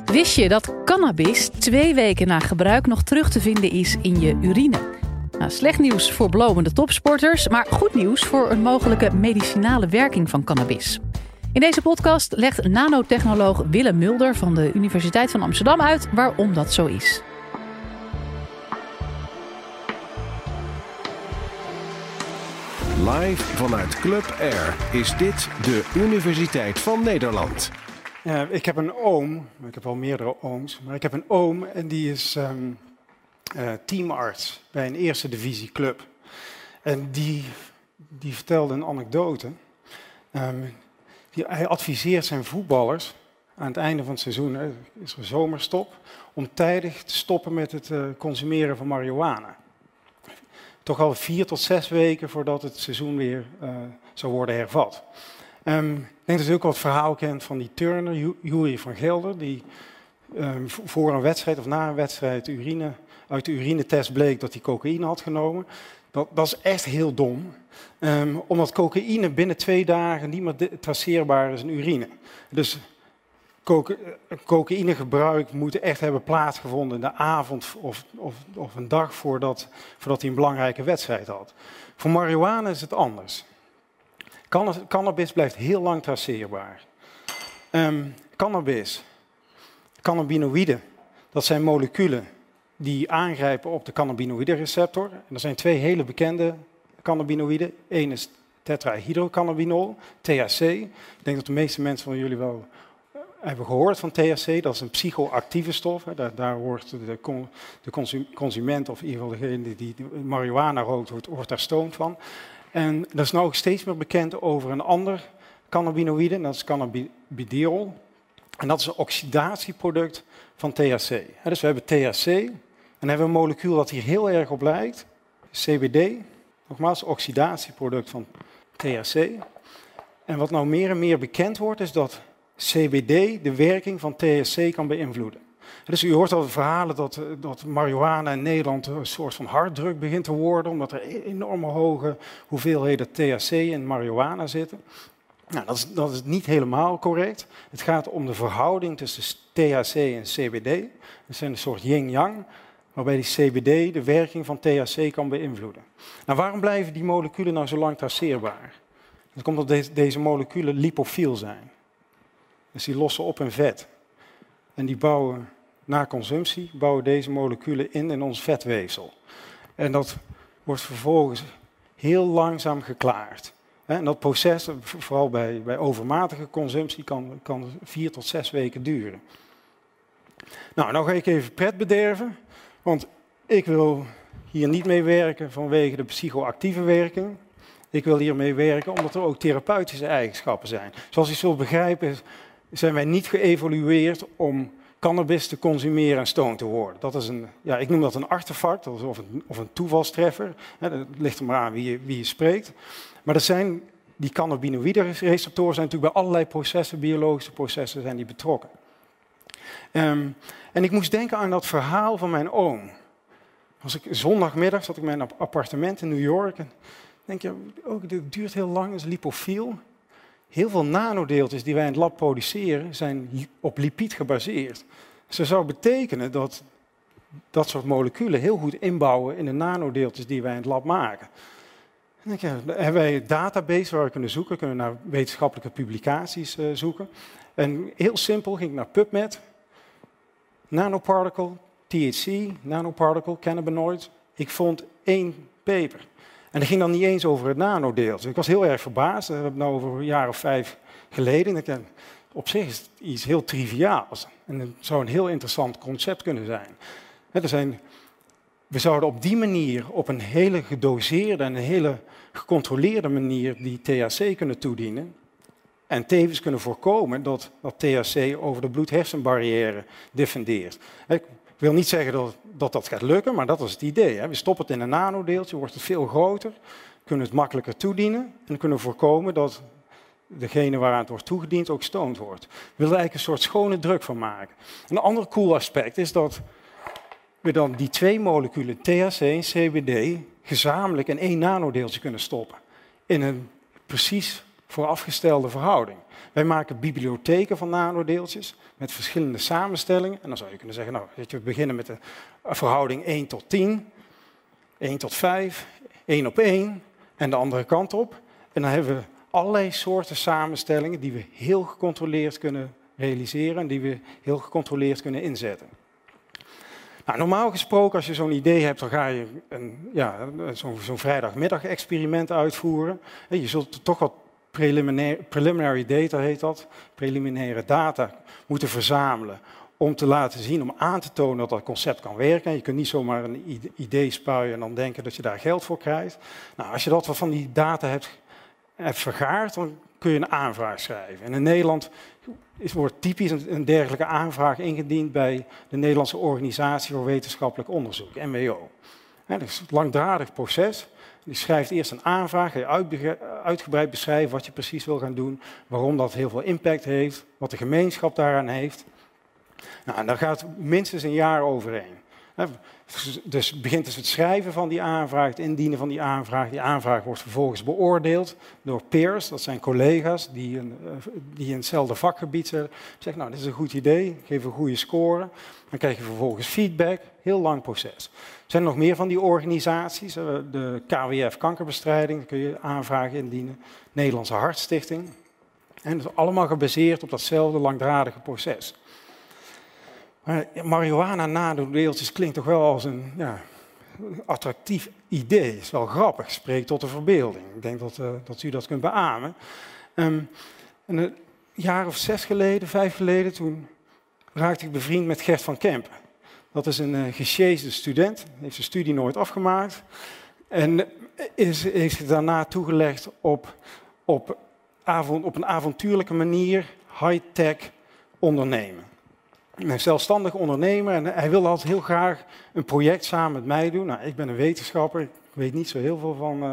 Wist je dat cannabis 2 weken na gebruik nog terug te vinden is in je urine? Nou, slecht nieuws voor belomende topsporters, maar goed nieuws voor een mogelijke medicinale werking van cannabis. In deze podcast legt nanotechnoloog Willem Mulder van de Universiteit van Amsterdam uit waarom dat zo is. Live vanuit Club Air is dit de Universiteit van Nederland. Ik heb een oom, ik heb wel meerdere ooms, maar ik heb een oom en die is teamarts bij een eerste divisie club. En die vertelde een anekdote. Hij adviseert zijn voetballers aan het einde van het seizoen, is er zomerstop, om tijdig te stoppen met het consumeren van marihuana. Toch al 4 tot 6 weken voordat het seizoen weer zou worden hervat. Ik denk dat u ook wel het verhaal kent van die turner, Jury van Gelder, die voor een wedstrijd of na een wedstrijd uit de urinetest bleek dat hij cocaïne had genomen. Dat is echt heel dom, omdat cocaïne binnen 2 dagen niet meer traceerbaar is in urine. Dus cocaïnegebruik moet echt hebben plaatsgevonden in de avond of een dag voordat hij een belangrijke wedstrijd had. Voor marihuana is het anders. Cannabis blijft heel lang traceerbaar. Cannabinoïden, dat zijn moleculen die aangrijpen op de cannabinoïdereceptor. En er zijn 2 hele bekende cannabinoïden. Eén is tetrahydrocannabinol, THC. Ik denk dat de meeste mensen van jullie wel hebben gehoord van THC. Dat is een psychoactieve stof. Daar wordt de consument, of in ieder geval degene die marihuana rookt, wordt daar stoned van. En er is nu ook steeds meer bekend over een ander cannabinoïde, en dat is cannabidiol. En dat is een oxidatieproduct van THC. Dus we hebben THC en dan hebben we een molecuul dat hier heel erg op lijkt, CBD. Nogmaals, oxidatieproduct van THC. En wat nou meer en meer bekend wordt, is dat CBD de werking van THC kan beïnvloeden. Dus u hoort al de verhalen dat marihuana in Nederland een soort van harddruk begint te worden, omdat er enorme hoge hoeveelheden THC in marihuana zitten. Nou, dat is niet helemaal correct. Het gaat om de verhouding tussen THC en CBD. Dat zijn een soort yin-yang, waarbij die CBD de werking van THC kan beïnvloeden. Nou, waarom blijven die moleculen nou zo lang traceerbaar? Dat komt omdat deze moleculen lipofiel zijn. Dus die lossen op in vet. En die bouwen na consumptie deze moleculen in ons vetweefsel. En dat wordt vervolgens heel langzaam geklaard. En dat proces, vooral bij overmatige consumptie, kan 4 tot 6 weken duren. Nou ga ik even pret bederven, want ik wil hier niet mee werken vanwege de psychoactieve werking. Ik wil hiermee werken omdat er ook therapeutische eigenschappen zijn. Zoals u zult begrijpen zijn wij niet geëvolueerd om cannabis te consumeren en stoned te worden. Dat is ik noem dat een artefact of een toevalstreffer. Dat ligt er maar aan wie je spreekt. Maar die cannabinoïde-receptoren zijn natuurlijk bij allerlei processen, biologische processen, zijn die betrokken. En ik moest denken aan dat verhaal van mijn oom. Zondagmiddag zat ik in mijn appartement in New York. En denk je, het duurt heel lang, het is lipofiel. Heel veel nanodeeltjes die wij in het lab produceren zijn op lipid gebaseerd. Dus dat zou betekenen dat dat soort moleculen heel goed inbouwen in de nanodeeltjes die wij in het lab maken. Dan hebben wij een database waar we kunnen zoeken, kunnen naar wetenschappelijke publicaties zoeken. En heel simpel ging ik naar PubMed, nanoparticle, THC, nanoparticle, cannabinoids. Ik vond 1 paper. En dat ging dan niet eens over het nanodeeltje. Ik was heel erg verbaasd. Dat heb ik nou over een jaar of 5 geleden. Op zich is het iets heel triviaals. En het zou een heel interessant concept kunnen zijn. We zouden op die manier, op een hele gedoseerde en een hele gecontroleerde manier, die THC kunnen toedienen. En tevens kunnen voorkomen dat THC over de bloed-hersenbarrière diffundeert. Ik wil niet zeggen dat gaat lukken, maar dat is het idee. We stoppen het in een nanodeeltje, wordt het veel groter, kunnen het makkelijker toedienen en dan kunnen we voorkomen dat degene waaraan het wordt toegediend ook stoned wordt. We willen er eigenlijk een soort schone druk van maken. Een ander cool aspect is dat we dan die 2 moleculen, THC en CBD, gezamenlijk in 1 nanodeeltje kunnen stoppen. In een precies voorafgestelde verhouding. Wij maken bibliotheken van nanodeeltjes met verschillende samenstellingen. En dan zou je kunnen zeggen, nou, we beginnen met de verhouding 1 tot 10, 1 tot 5, 1 op 1 en de andere kant op. En dan hebben we allerlei soorten samenstellingen die we heel gecontroleerd kunnen realiseren en die we heel gecontroleerd kunnen inzetten. Nou, normaal gesproken, als je zo'n idee hebt, dan ga je zo'n vrijdagmiddag-experiment uitvoeren. Je zult toch wat preliminary data, heet dat, preliminaire data moeten verzamelen om te laten zien, om aan te tonen dat dat concept kan werken. Je kunt niet zomaar een idee spuien en dan denken dat je daar geld voor krijgt. Nou, als je dat wat van die data hebt vergaard, dan kun je een aanvraag schrijven. En in Nederland wordt typisch een dergelijke aanvraag ingediend bij de Nederlandse Organisatie voor Wetenschappelijk Onderzoek, NWO. Dat is een langdradig proces. Je schrijft eerst een aanvraag, je uitgebreid beschrijven wat je precies wil gaan doen, waarom dat heel veel impact heeft, wat de gemeenschap daaraan heeft. Nou, en daar gaat minstens een jaar overheen. Dus begint dus het schrijven van die aanvraag, het indienen van die aanvraag. Die aanvraag wordt vervolgens beoordeeld door peers, dat zijn collega's die in hetzelfde vakgebied zitten. Zeggen, nou, dit is een goed idee, geef een goede score. Dan krijg je vervolgens feedback, heel lang proces. Er zijn nog meer van die organisaties, de KWF kankerbestrijding, daar kun je aanvragen indienen, Nederlandse Hartstichting. En dat is allemaal gebaseerd op datzelfde langdradige proces. Maar marihuana nanodeeltjes klinkt toch wel als een attractief idee. Het is wel grappig, spreekt tot de verbeelding. Ik denk dat u dat kunt beamen. Een jaar of 5 geleden, toen raakte ik bevriend met Gert van Kempen. Dat is een gesjeesde student, heeft zijn studie nooit afgemaakt. En heeft zich daarna toegelegd op een avontuurlijke manier high-tech ondernemen. Een zelfstandig ondernemer en hij wilde altijd heel graag een project samen met mij doen. Nou, ik ben een wetenschapper, ik weet niet zo heel veel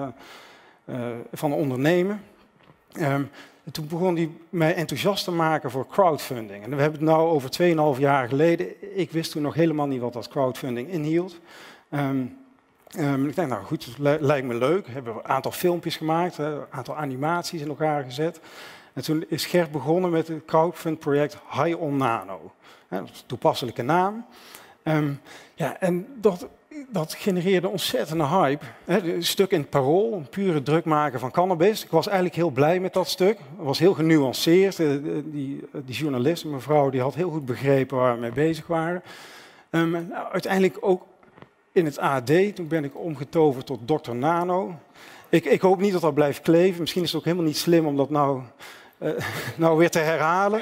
van ondernemen. En toen begon hij mij enthousiast te maken voor crowdfunding. En we hebben het nu over 2,5 jaar geleden. Ik wist toen nog helemaal niet wat dat crowdfunding inhield. Ik denk, nou goed, het lijkt me leuk. We hebben een aantal filmpjes gemaakt, een aantal animaties in elkaar gezet. En toen is Gert begonnen met het crowdfund-project High on Nano. Dat is een toepasselijke naam. En dat genereerde ontzettende hype. Een stuk in het Parool, een pure druk maken van cannabis. Ik was eigenlijk heel blij met dat stuk. Het was heel genuanceerd. Die journalist, een mevrouw, die had heel goed begrepen waar we mee bezig waren. Uiteindelijk ook in het AD, toen ben ik omgetoverd tot Dr. Nano. Ik hoop niet dat dat blijft kleven. Misschien is het ook helemaal niet slim om dat nou weer te herhalen.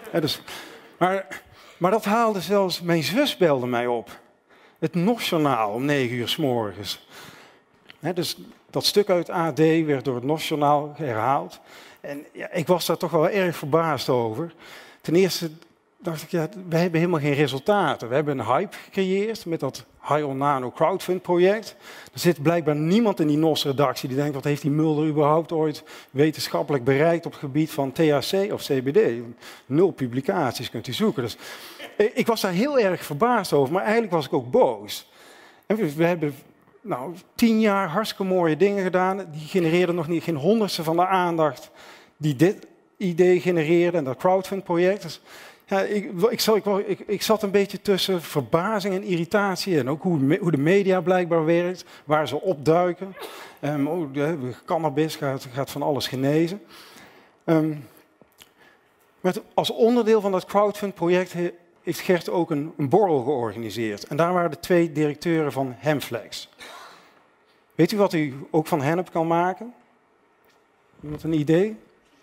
Maar dat haalde zelfs, mijn zus belde mij op. Het NOS-journaal om 9 uur 's morgens. Dus dat stuk uit het AD werd door het NOS-journaal herhaald. En ja, ik was daar toch wel erg verbaasd over. Ten eerste dacht ik, we hebben helemaal geen resultaten. We hebben een hype gecreëerd met dat High on Nano crowdfund project. Er zit blijkbaar niemand in die NOS-redactie die denkt, wat heeft die Mulder überhaupt ooit wetenschappelijk bereikt op het gebied van THC of CBD? 0 publicaties kunt u zoeken. Dus ik was daar heel erg verbaasd over, maar eigenlijk was ik ook boos. En we hebben 10 jaar hartstikke mooie dingen gedaan. Die genereerden nog geen honderdste van de aandacht die dit idee genereerde en dat crowdfund project. Dus, ja, ik zat een beetje tussen verbazing en irritatie en ook hoe de media blijkbaar werkt, waar ze opduiken. Cannabis gaat van alles genezen. Als onderdeel van dat crowdfund-project heeft Gert ook een borrel georganiseerd. En daar waren de 2 directeuren van Hempflex. Weet u wat u ook van hennep kan maken? Iemand een idee?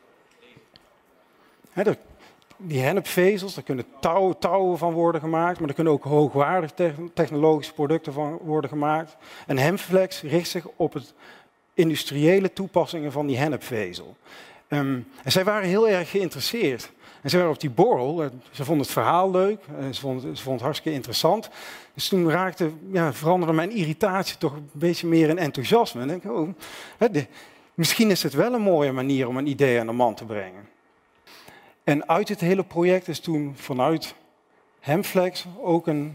Die hennepvezels, daar kunnen touwen van worden gemaakt, maar er kunnen ook hoogwaardige technologische producten van worden gemaakt. En Hempflex richt zich op het industriële toepassingen van die hennepvezel. En zij waren heel erg geïnteresseerd. En ze waren op die borrel, ze vonden het verhaal leuk, ze vonden het hartstikke interessant. Dus toen veranderde mijn irritatie toch een beetje meer in enthousiasme. En ik denk, misschien is het wel een mooie manier om een idee aan de man te brengen. En uit het hele project is toen vanuit Hempflex ook een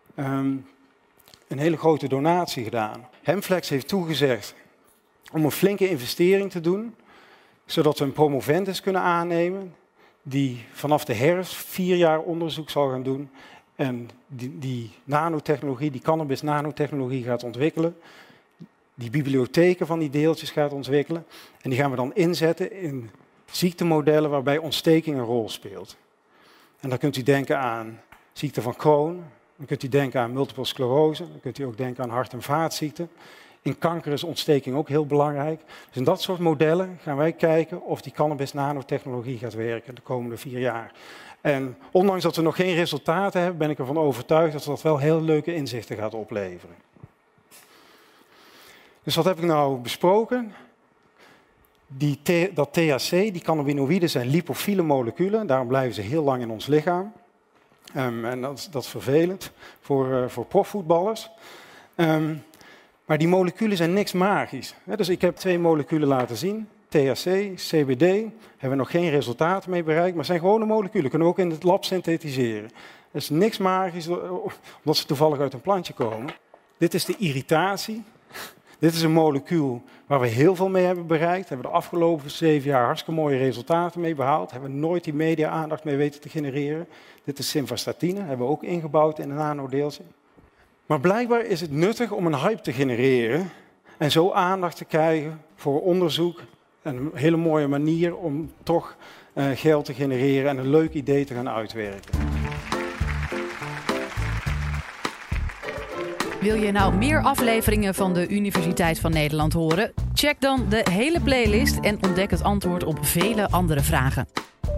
hele grote donatie gedaan. Hempflex heeft toegezegd om een flinke investering te doen zodat we een promovendus kunnen aannemen die vanaf de herfst 4 jaar onderzoek zal gaan doen en die nanotechnologie, die cannabis nanotechnologie gaat ontwikkelen, die bibliotheken van die deeltjes gaat ontwikkelen en die gaan we dan inzetten in ziektemodellen waarbij ontsteking een rol speelt. En dan kunt u denken aan ziekte van Crohn, dan kunt u denken aan multiple sclerose, dan kunt u ook denken aan hart- en vaatziekten. In kanker is ontsteking ook heel belangrijk. Dus in dat soort modellen gaan wij kijken of die cannabis nanotechnologie gaat werken de komende 4 jaar. En ondanks dat we nog geen resultaten hebben, ben ik ervan overtuigd dat dat wel heel leuke inzichten gaat opleveren. Dus wat heb ik nou besproken? Dat THC, die cannabinoïden, zijn lipofiele moleculen. Daarom blijven ze heel lang in ons lichaam. En dat is vervelend voor profvoetballers. Maar die moleculen zijn niks magisch. Dus ik heb 2 moleculen laten zien. THC, CBD. Hebben we nog geen resultaten mee bereikt. Maar zijn gewone moleculen. Kunnen we ook in het lab synthetiseren. Er is niks magisch omdat ze toevallig uit een plantje komen. Dit is de irritatie. Dit is een molecuul waar we heel veel mee hebben bereikt. Hebben we de afgelopen 7 jaar hartstikke mooie resultaten mee behaald. Hebben we nooit die media-aandacht mee weten te genereren. Dit is simvastatine. Hebben we ook ingebouwd in een nanodeeltje. Maar blijkbaar is het nuttig om een hype te genereren en zo aandacht te krijgen voor onderzoek. Een hele mooie manier om toch geld te genereren en een leuk idee te gaan uitwerken. Wil je nou meer afleveringen van de Universiteit van Nederland horen? Check dan de hele playlist en ontdek het antwoord op vele andere vragen.